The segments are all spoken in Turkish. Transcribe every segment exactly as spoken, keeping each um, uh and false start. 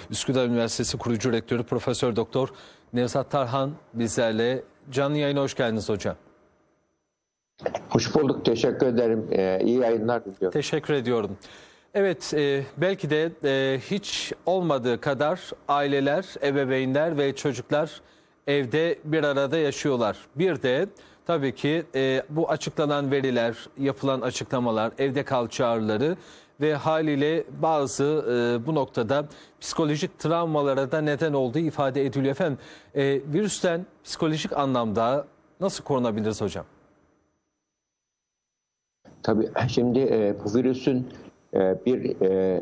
Üsküdar Üniversitesi kurucu rektörü Profesör Doktor Nevzat Tarhan bizlerle. Canlı yayına hoş geldiniz hocam. Hoş bulduk. Teşekkür ederim. Ee, iyi yayınlar diliyorum. Teşekkür ediyorum. Evet, e, belki de e, hiç olmadığı kadar aileler, ebeveynler ve çocuklar evde bir arada yaşıyorlar. Bir de tabii ki e, bu açıklanan veriler, yapılan açıklamalar, evde kal çağrıları ve haliyle bazı e, bu noktada psikolojik travmalara da neden olduğu ifade ediliyor. Efendim, e, virüsten psikolojik anlamda nasıl korunabiliriz hocam? Tabii şimdi e, bu virüsün e, bir e,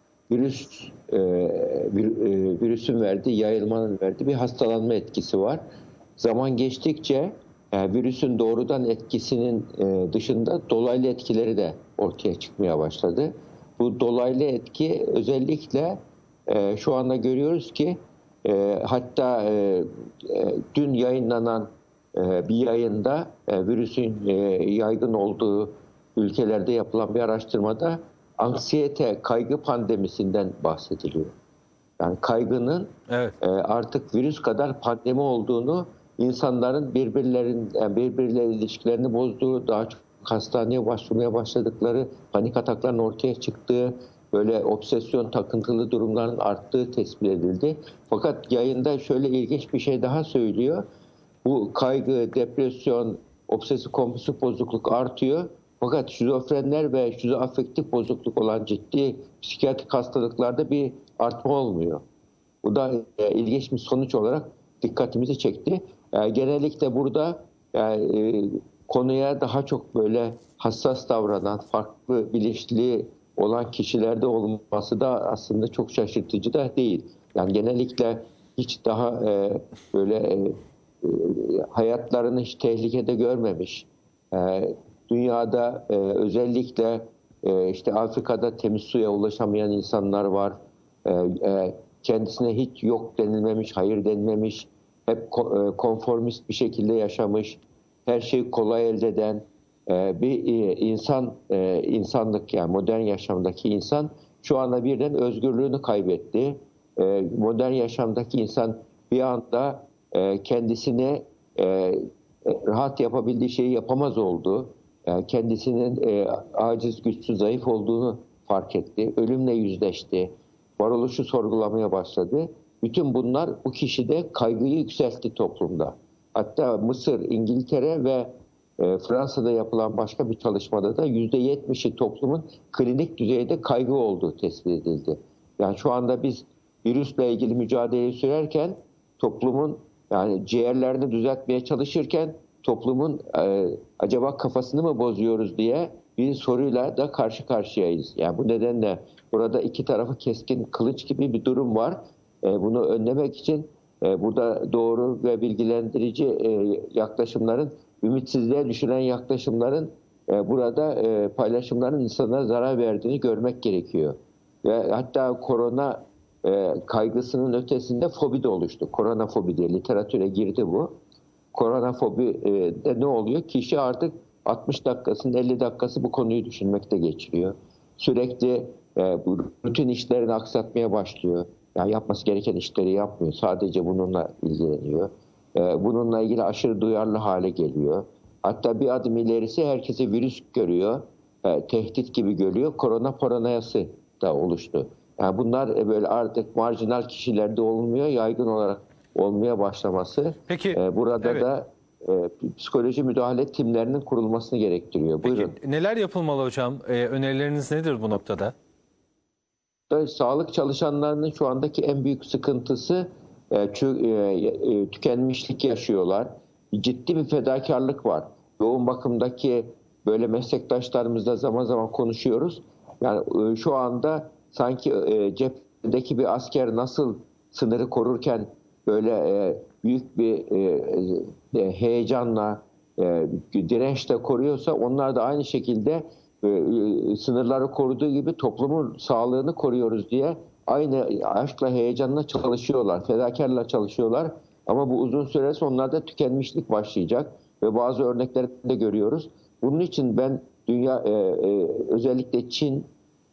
virüs e, vir, e, virüsün verdiği, yayılmanın verdiği bir hastalanma etkisi var. Zaman geçtikçe e, virüsün doğrudan etkisinin e, dışında dolaylı etkileri de ortaya çıkmaya başladı. Bu dolaylı etki özellikle e, şu anda görüyoruz ki e, hatta e, e, dün yayınlanan e, bir yayında e, virüsün e, yaygın olduğu ülkelerde yapılan bir araştırmada anksiyete, kaygı pandemisinden bahsediliyor. Yani kaygının Evet. e, artık virüs kadar pandemi olduğunu, insanların birbirlerin yani birbirleriyle ilişkilerini bozduğu, daha çok hastaneye başvurmaya başladıkları, panik atakların ortaya çıktığı, böyle obsesyon, takıntılı durumların arttığı tespit edildi. Fakat yayında şöyle ilginç bir şey daha söylüyor. Bu kaygı, depresyon, obsesif kompulsif bozukluk artıyor. Fakat şizofrenler ve şizoafektif bozukluk olan ciddi psikiyatrik hastalıklarda bir artma olmuyor. Bu da e, ilginç bir sonuç olarak dikkatimizi çekti. E, genellikle burada e, e, konuya daha çok böyle hassas davranan, farklı bilinçli olan kişilerde olması da aslında çok şaşırtıcı da değil. Yani genellikle hiç daha e, böyle e, e, hayatlarını hiç tehlikede görmemiş, e, dünyada e, özellikle e, işte Afrika'da temiz suya ulaşamayan insanlar var. E, e, kendisine hiç yok denilmemiş, hayır denilmemiş, hep ko- e, konformist bir şekilde yaşamış, her şeyi kolay elde eden e, bir e, insan, e, insanlık yani modern yaşamdaki insan şu anda birden özgürlüğünü kaybetti. E, modern yaşamdaki insan bir anda e, kendisine e, rahat yapabildiği şeyi yapamaz oldu. Yani kendisinin e, aciz, güçsüz, zayıf olduğunu fark etti. Ölümle yüzleşti. Varoluşu sorgulamaya başladı. Bütün bunlar bu kişide kaygıyı yükseltti toplumda. Hatta Mısır, İngiltere ve e, Fransa'da yapılan başka bir çalışmada da yüzde yetmişi toplumun klinik düzeyde kaygı olduğu tespit edildi. Yani şu anda biz virüsle ilgili mücadeleyi sürerken toplumun yani ciğerlerini düzeltmeye çalışırken toplumun e, acaba kafasını mı bozuyoruz diye bir soruyla da karşı karşıyayız. Yani bu nedenle burada iki tarafı keskin kılıç gibi bir durum var. E, bunu önlemek için e, burada doğru ve bilgilendirici e, yaklaşımların, ümitsizliğe düşüren yaklaşımların e, burada e, paylaşımların insana zarar verdiğini görmek gerekiyor. Ve hatta korona e, kaygısının ötesinde fobi de oluştu. Koronafobi diye literatüre girdi bu. Koronafobi'de ne oluyor? Kişi artık altmış dakikasının elli dakikası bu konuyu düşünmekte geçiriyor. Sürekli e, rutin işlerini aksatmaya başlıyor. Yani yapması gereken işleri yapmıyor. Sadece bununla ilgileniyor. E, bununla ilgili aşırı duyarlı hale geliyor. Hatta bir adım ilerisi herkese virüs görüyor. E, tehdit gibi görüyor. Korona paranoyası da oluştu. Yani bunlar böyle artık marjinal kişilerde olmuyor. Yaygın olarak olmaya başlaması Peki, e, burada evet. da e, psikoloji müdahale timlerinin kurulmasını gerektiriyor. Peki, Buyurun. neler yapılmalı hocam? Ee, önerileriniz nedir bu noktada? Da, sağlık çalışanlarının şu andaki en büyük sıkıntısı e, çö- e, e, tükenmişlik yaşıyorlar. Ciddi bir fedakarlık var. Yoğun bakımdaki böyle meslektaşlarımızla zaman zaman konuşuyoruz. Yani e, şu anda sanki e, cephedeki bir asker nasıl sınırı korurken böyle e, büyük bir e, e, heyecanla, e, dirençle koruyorsa onlar da aynı şekilde e, e, sınırları koruduğu gibi toplumun sağlığını koruyoruz diye aynı aşkla, heyecanla çalışıyorlar, fedakarla çalışıyorlar. Ama bu uzun süre sonlarda tükenmişlik başlayacak ve bazı örnekleri de görüyoruz. Bunun için ben dünya e, e, özellikle Çin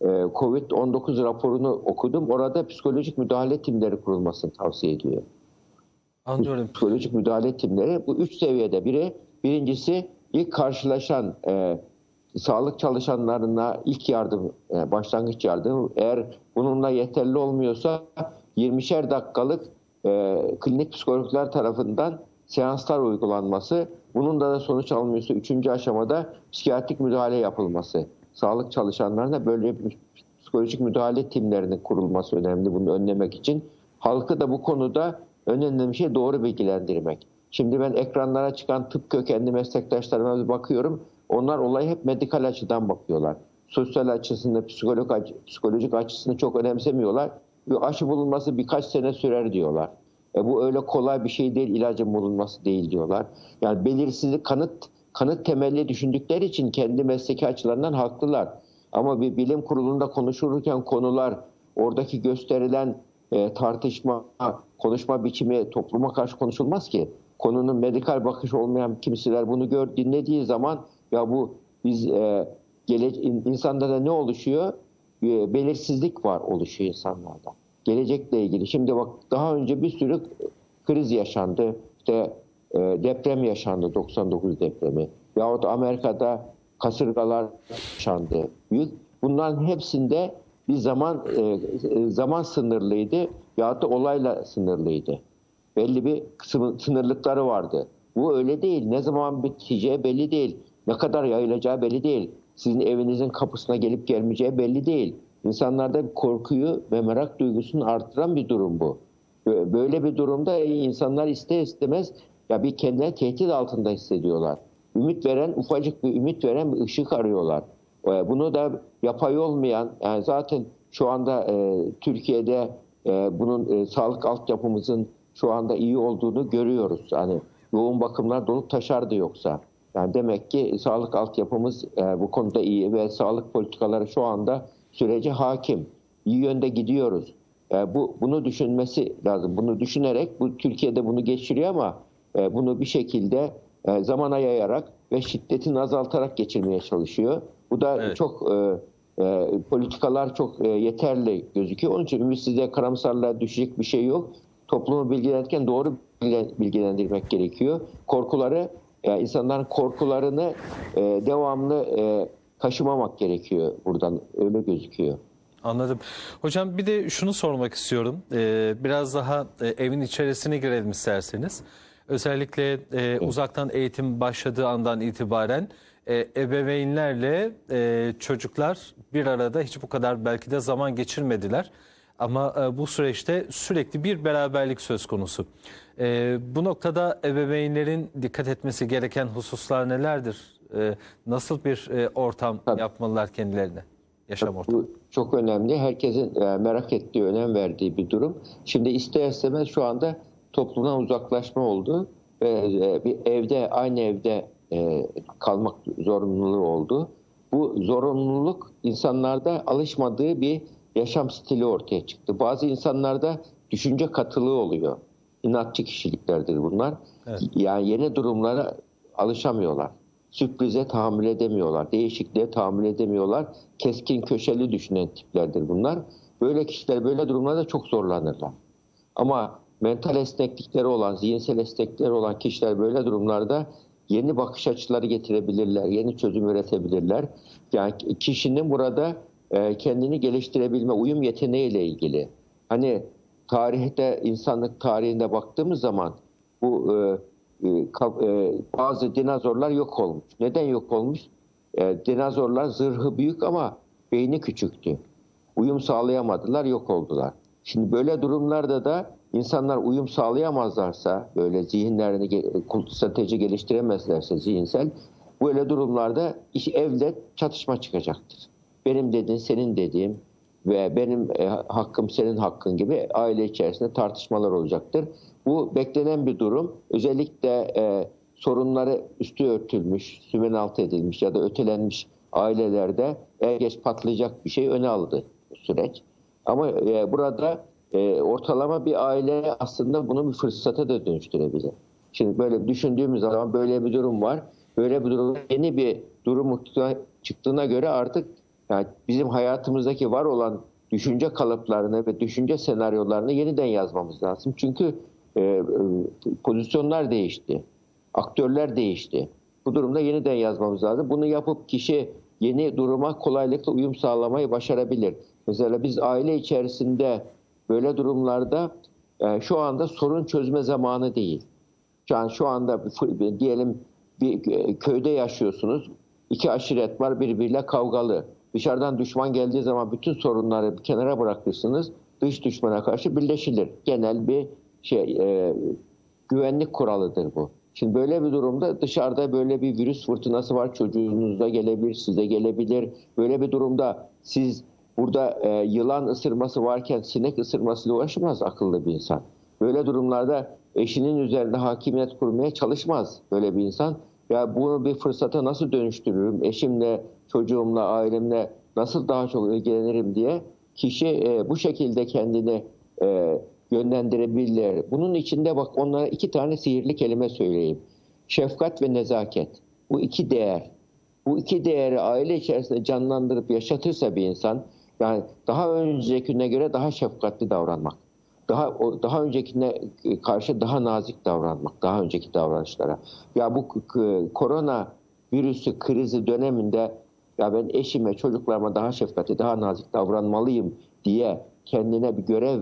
kovid on dokuz raporunu okudum. Orada psikolojik müdahale timleri kurulmasını tavsiye ediyor. Anlıyorum. Psikolojik müdahale timleri bu üç seviyede. Biri, birincisi ilk karşılaşan e, sağlık çalışanlarına ilk yardım, e, başlangıç yardım. Eğer bununla yeterli olmuyorsa yirmişer dakikalık e, klinik psikologlar tarafından seanslar uygulanması. Bunun da, da sonuç almıyorsa üçüncü aşamada psikiyatrik müdahale yapılması. Sağlık çalışanlarına böyle bir psikolojik müdahale timlerinin kurulması önemli bunu önlemek için. Halkı da bu konuda önemli bir şey doğru bilgilendirmek. Şimdi ben ekranlara çıkan tıp kökenli meslektaşlarıma bir bakıyorum. Onlar olaya hep medikal açıdan bakıyorlar. Sosyal açısını, psikolojik, psikolojik açısını çok önemsemiyorlar. Bir aşı bulunması birkaç sene sürer diyorlar. E bu öyle kolay bir şey değil, ilacın bulunması değil diyorlar. Yani belirsizlik, kanıt kanıt temelli düşündükleri için kendi mesleki açılarından haklılar. Ama bir bilim kurulunda konuşulurken konular, oradaki gösterilen e, tartışma, konuşma biçimi topluma karşı konuşulmaz ki. Konunun medikal bakış olmayan kimseler bunu gör, dinlediği zaman ya bu biz e, gele, insanda da ne oluşuyor? E, belirsizlik var oluşuyor insanlarda. Gelecekle ilgili. Şimdi bak daha önce bir sürü kriz yaşandı. İşte e, deprem yaşandı, doksan dokuz depremi. Yahut Amerika'da kasırgalar yaşandı. Büyük. Bunların hepsinde bir zaman e, zaman sınırlıydı. Yahut da olayla sınırlıydı. Belli bir sınırlıkları vardı. Bu öyle değil. Ne zaman biteceği belli değil. Ne kadar yayılacağı belli değil. Sizin evinizin kapısına gelip gelmeyeceği belli değil. İnsanlarda korkuyu ve merak duygusunu artıran bir durum bu. Böyle bir durumda insanlar ister istemez ya bir kendine tehdit altında hissediyorlar. Ümit veren, ufacık bir ümit veren bir ışık arıyorlar. Bunu da yapay olmayan, yani zaten şu anda e, Türkiye'de e, bunun e, sağlık altyapımızın şu anda iyi olduğunu görüyoruz. Yani yoğun bakımlar dolup taşardı yoksa. Yani demek ki sağlık altyapımız e, bu konuda iyi ve sağlık politikaları şu anda sürece hakim. İyi yönde gidiyoruz. E, bu bunu düşünmesi lazım. Bunu düşünerek bu Türkiye'de bunu geçiriyor ama e, bunu bir şekilde e, zamana yayarak ve şiddetini azaltarak geçirmeye çalışıyor. Bu da evet. çok e, e, politikalar çok e, yeterli gözüküyor. Onun için ümitsizliğe, karamsarlığa düşecek bir şey yok. Toplumu bilgilendirirken doğru bilgilendirmek gerekiyor. Korkuları, yani insanların korkularını e, devamlı e, taşımamak gerekiyor buradan. Öyle gözüküyor. Anladım. Hocam bir de şunu sormak istiyorum. Ee, biraz daha e, evin içerisine girelim isterseniz. Özellikle e, uzaktan eğitim başladığı andan itibaren e, ebeveynlerle e, çocuklar bir arada hiç bu kadar belki de zaman geçirmediler. Ama e, bu süreçte sürekli bir beraberlik söz konusu. E, bu noktada ebeveynlerin dikkat etmesi gereken hususlar nelerdir? E, nasıl bir e, ortam Tabii. yapmalılar kendilerine? Yaşam ortamı. Bu çok önemli. Herkesin e, merak ettiği, önem verdiği bir durum. Şimdi ister istemez şu anda toplumdan uzaklaşma oldu. Ve e, bir evde, aynı evde e, kalmak zorunluluğu oldu. Bu zorunluluk insanlarda alışmadığı bir yaşam stili ortaya çıktı. Bazı insanlarda düşünce katılığı oluyor. İnatçı kişiliklerdir bunlar. Evet. Yani yeni durumlara alışamıyorlar. Sürprize tahammül edemiyorlar. Değişikliğe tahammül edemiyorlar. Keskin köşeli düşünen tiplerdir bunlar. Böyle kişiler böyle durumlarda çok zorlanırlar. Ama mental esneklikleri olan, zihinsel esneklikleri olan kişiler böyle durumlarda yeni bakış açıları getirebilirler, yeni çözüm üretebilirler. Yani kişinin burada kendini geliştirebilme, uyum yeteneğiyle ilgili. Hani tarihte, insanlık tarihinde baktığımız zaman bu e, e, bazı dinozorlar yok olmuş. Neden yok olmuş? E, dinozorlar zırhı büyük ama beyni küçüktü. Uyum sağlayamadılar, yok oldular. Şimdi böyle durumlarda da insanlar uyum sağlayamazlarsa, böyle zihinlerini, strateji geliştiremezlerse zihinsel, böyle durumlarda iş, evde çatışma çıkacaktır. Benim dediğin, senin dediğim ve benim e, hakkım, senin hakkın gibi aile içerisinde tartışmalar olacaktır. Bu beklenen bir durum. Özellikle e, sorunları üstü örtülmüş, sümenaltı edilmiş ya da ötelenmiş ailelerde er geç patlayacak bir şey öne aldı bu süreç. Ama e, burada e, ortalama bir aile aslında bunu bir fırsata da dönüştürebilir. Şimdi böyle düşündüğümüz zaman böyle bir durum var. Böyle bir durum, yeni bir durum çıktığına göre artık Yani bizim hayatımızdaki var olan düşünce kalıplarını ve düşünce senaryolarını yeniden yazmamız lazım. Çünkü e, e, pozisyonlar değişti, aktörler değişti. Bu durumda yeniden yazmamız lazım. Bunu yapıp kişi yeni duruma kolaylıkla uyum sağlamayı başarabilir. Mesela biz aile içerisinde böyle durumlarda e, şu anda sorun çözme zamanı değil. Şu an şu anda diyelim bir köyde yaşıyorsunuz. İki aşiret var, birbiriyle kavgalı. Dışarıdan düşman geldiği zaman bütün sorunları bir kenara bırakırsınız. Dış düşmana karşı birleşilir. Genel bir şey e, güvenlik kuralıdır bu. Şimdi böyle bir durumda dışarıda böyle bir virüs fırtınası var. Çocuğunuza gelebilir, size gelebilir. Böyle bir durumda siz burada e, yılan ısırması varken sinek ısırmasıyla uğraşmaz akıllı bir insan. Böyle durumlarda eşinin üzerinde hakimiyet kurmaya çalışmaz böyle bir insan. Ya bunu bir fırsata nasıl dönüştürürüm, eşimle, çocuğumla, ailemle nasıl daha çok ilgilenirim diye kişi e, bu şekilde kendini e, yönlendirebilir. Bunun içinde bak onlara iki tane sihirli kelime söyleyeyim. Şefkat ve nezaket. Bu iki değer. Bu iki değeri aile içerisinde canlandırıp yaşatırsa bir insan, yani daha öncekine göre daha şefkatli davranmak. Daha daha öncekine karşı daha nazik davranmak, daha önceki davranışlara. Ya bu korona virüsü krizi döneminde ya ben eşime, çocuklarıma daha şefkatli, daha nazik davranmalıyım diye kendine bir görev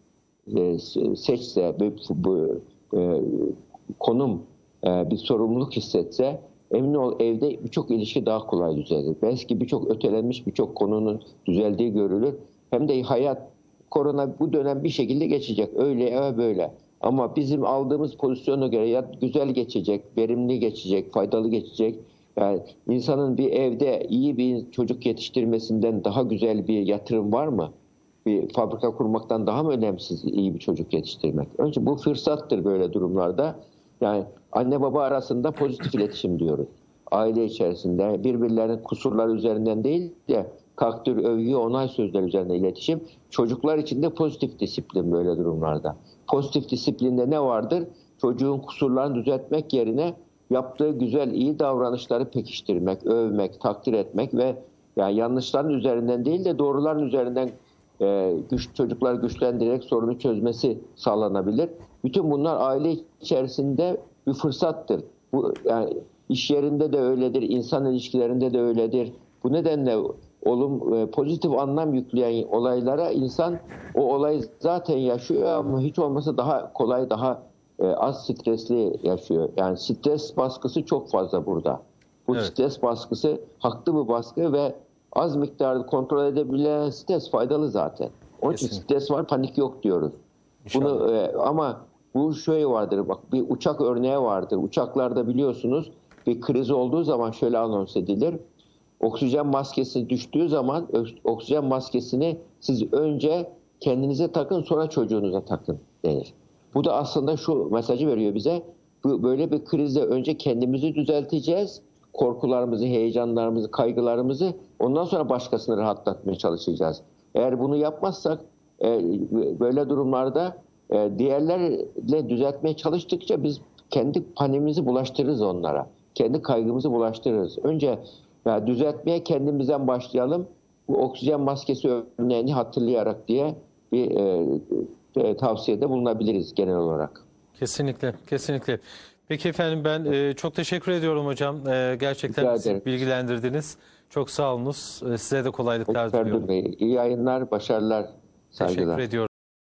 e, seçse, bir, bu, e, konum, e, bir sorumluluk hissetse, emin ol evde birçok ilişki daha kolay düzelir. Belki birçok ötelenmiş birçok konunun düzeldiği görülür. Hem de hayat, korona bu dönem bir şekilde geçecek. Öyle ya böyle. Ama bizim aldığımız pozisyona göre ya güzel geçecek, verimli geçecek, faydalı geçecek. Yani insanın bir evde iyi bir çocuk yetiştirmesinden daha güzel bir yatırım var mı? Bir fabrika kurmaktan daha mı önemsiz iyi bir çocuk yetiştirmek? Önce bu fırsattır böyle durumlarda. Yani anne baba arasında pozitif iletişim diyoruz. Aile içerisinde birbirlerinin kusurları üzerinden değil de takdir, övgü, onay sözleri üzerine iletişim. Çocuklar için de pozitif disiplin böyle durumlarda. Pozitif disiplinde ne vardır? Çocuğun kusurlarını düzeltmek yerine yaptığı güzel, iyi davranışları pekiştirmek, övmek, takdir etmek ve yani yanlışların üzerinden değil de doğruların üzerinden e, güç, çocuklar güçlendirerek sorunu çözmesi sağlanabilir. Bütün bunlar aile içerisinde bir fırsattır. Bu yani iş yerinde de öyledir, insan ilişkilerinde de öyledir. Bu nedenle olum pozitif anlam yükleyen olaylara insan o olayı zaten yaşıyor ama hiç olmasa daha kolay, daha az stresli yaşıyor. Yani stres baskısı çok fazla burada. Bu evet. Stres baskısı haklı bir baskı ve az miktarda kontrol edebilen stres faydalı zaten. Onun için stres var, panik yok diyoruz. İnşallah. Bunu e, ama bu şöyle vardır, bak bir uçak örneği vardır. Uçaklarda biliyorsunuz bir kriz olduğu zaman şöyle anons edilir. Oksijen maskesi düştüğü zaman oksijen maskesini siz önce kendinize takın, sonra çocuğunuza takın denir. Bu da aslında şu mesajı veriyor bize. Böyle bir krizde önce kendimizi düzelteceğiz. Korkularımızı, heyecanlarımızı, kaygılarımızı, ondan sonra başkasını rahatlatmaya çalışacağız. Eğer bunu yapmazsak böyle durumlarda diğerlerle düzeltmeye çalıştıkça biz kendi panimizi bulaştırırız onlara. Kendi kaygımızı bulaştırırız. Önce ya düzeltmeye kendimizden başlayalım. Bu oksijen maskesi örneğini hatırlayarak diye bir e, e, tavsiyede bulunabiliriz genel olarak. Kesinlikle, kesinlikle. Peki efendim ben e, çok teşekkür ediyorum hocam. E, gerçekten bizi bilgilendirdiniz. Çok sağ olunuz. E, size de kolaylıklar diliyorum. İyi yayınlar, başarılar, saygılar. Teşekkür ediyorum.